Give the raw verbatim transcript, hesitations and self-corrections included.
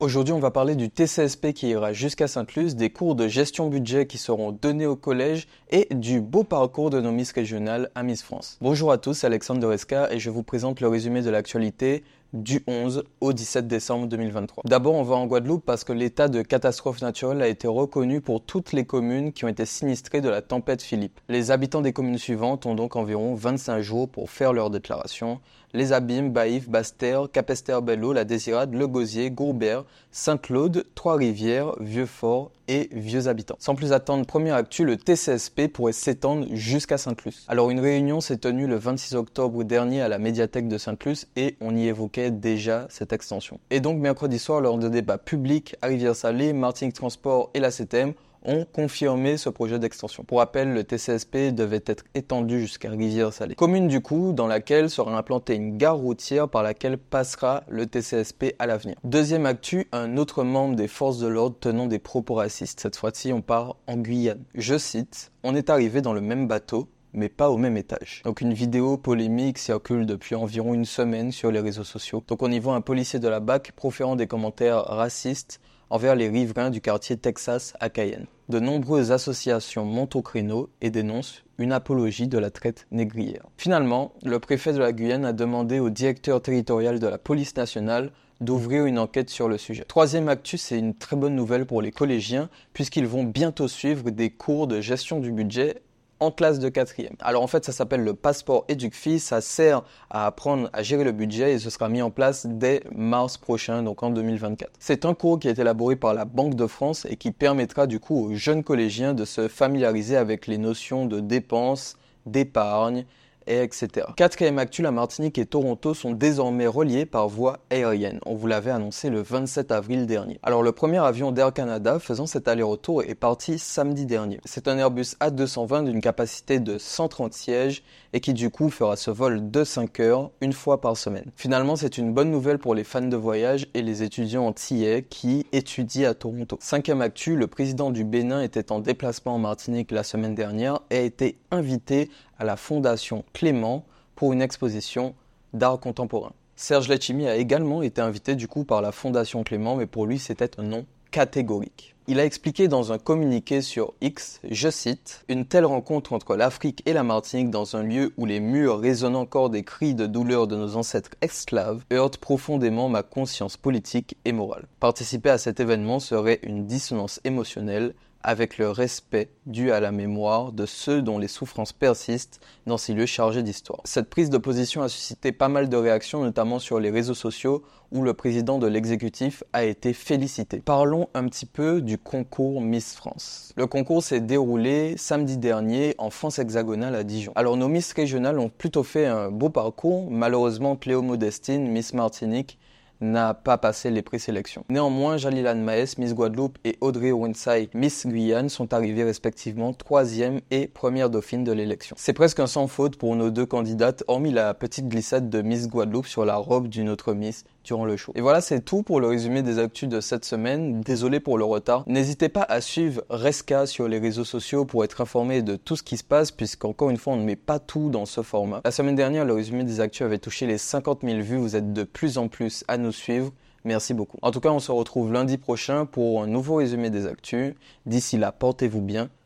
Aujourd'hui, on va parler du T C S P qui ira jusqu'à Sainte-Luce, des cours de gestion budget qui seront donnés au collège et du beau parcours de nos Miss régionales à Miss France. Bonjour à tous, c'est Alexandre de Resca et je vous présente le résumé de l'actualité du onze au dix-sept décembre deux mille vingt-trois. D'abord, on va en Guadeloupe parce que l'état de catastrophe naturelle a été reconnu pour toutes les communes qui ont été sinistrées de la tempête Philippe. Les habitants des communes suivantes ont donc environ vingt-cinq jours pour faire leur déclaration. Les Abîmes, Baïf, Basse-Terre, Capesterre-Belle-Eau, La Désirade, Le Gosier, Gourbert, Sainte-Claude, Trois-Rivières, Vieux-Fort et Vieux Habitants. Sans plus attendre, première actu, le T C S P pourrait s'étendre jusqu'à Sainte-Luce. Alors une réunion s'est tenue le vingt-six octobre dernier à la médiathèque de Sainte-Luce et on y évoquait déjà cette extension. Et donc mercredi soir, lors de débats publics à Rivière-Salée, Martinique Transport et la C T M ont confirmé ce projet d'extension. Pour rappel, le T C S P devait être étendu jusqu'à Rivière-Salée. Commune du coup, dans laquelle sera implantée une gare routière par laquelle passera le T C S P à l'avenir. Deuxième actu, un autre membre des forces de l'ordre tenant des propos racistes. Cette fois-ci, on part en Guyane. Je cite, « On est arrivé dans le même bateau, mais pas au même étage. » Donc une vidéo polémique circule depuis environ une semaine sur les réseaux sociaux. Donc on y voit un policier de la B A C proférant des commentaires racistes envers les riverains du quartier Texas à Cayenne. De nombreuses associations montent au créneau et dénoncent une apologie de la traite négrière. Finalement, le préfet de la Guyane a demandé au directeur territorial de la police nationale d'ouvrir une enquête sur le sujet. Troisième actu, c'est une très bonne nouvelle pour les collégiens puisqu'ils vont bientôt suivre des cours de gestion du budget en classe de quatrième. Alors en fait, ça s'appelle le passeport EducFi, ça sert à apprendre à gérer le budget et ce sera mis en place dès mars prochain, donc en deux mille vingt-quatre. C'est un cours qui est élaboré par la Banque de France et qui permettra du coup aux jeunes collégiens de se familiariser avec les notions de dépenses, d'épargne, et etc. Quatrième actu, la Martinique et Toronto sont désormais reliés par voie aérienne. On vous l'avait annoncé le vingt-sept avril dernier. Alors le premier avion d'Air Canada faisant cet aller-retour est parti samedi dernier. C'est un Airbus A deux cent vingt d'une capacité de cent trente sièges et qui du coup fera ce vol de cinq heures une fois par semaine. Finalement, c'est une bonne nouvelle pour les fans de voyage et les étudiants antillais qui étudient à Toronto. Cinquième actu, le président du Bénin était en déplacement en Martinique la semaine dernière et a été invité à la Fondation Clément pour une exposition d'art contemporain. Serge Letchimy a également été invité du coup par la Fondation Clément, mais pour lui c'était un non catégorique. Il a expliqué dans un communiqué sur X, je cite, « Une telle rencontre entre l'Afrique et la Martinique dans un lieu où les murs résonnent encore des cris de douleur de nos ancêtres esclaves heurte profondément ma conscience politique et morale. Participer à cet événement serait une dissonance émotionnelle avec le respect dû à la mémoire de ceux dont les souffrances persistent dans ces lieux chargés d'histoire. » Cette prise de position a suscité pas mal de réactions, notamment sur les réseaux sociaux, où le président de l'exécutif a été félicité. Parlons un petit peu du concours Miss France. Le concours s'est déroulé samedi dernier en France hexagonale à Dijon. Alors nos Miss régionales ont plutôt fait un beau parcours. Malheureusement, Cléo Modestine, Miss Martinique, n'a pas passé les présélections. Néanmoins, Jalilane Maes, Miss Guadeloupe et Audrey Wensai, Miss Guyane, sont arrivées respectivement troisième et première dauphine de l'élection. C'est presque un sans faute pour nos deux candidates, hormis la petite glissade de Miss Guadeloupe sur la robe d'une autre Miss durant le show. Et voilà, c'est tout pour le résumé des actus de cette semaine. Désolé pour le retard. N'hésitez pas à suivre Resca sur les réseaux sociaux pour être informé de tout ce qui se passe, puisqu'encore une fois, on ne met pas tout dans ce format. La semaine dernière, le résumé des actus avait touché les cinquante mille vues. Vous êtes de plus en plus à nous suivre. Merci beaucoup. En tout cas, on se retrouve lundi prochain pour un nouveau résumé des actus. D'ici là, portez-vous bien.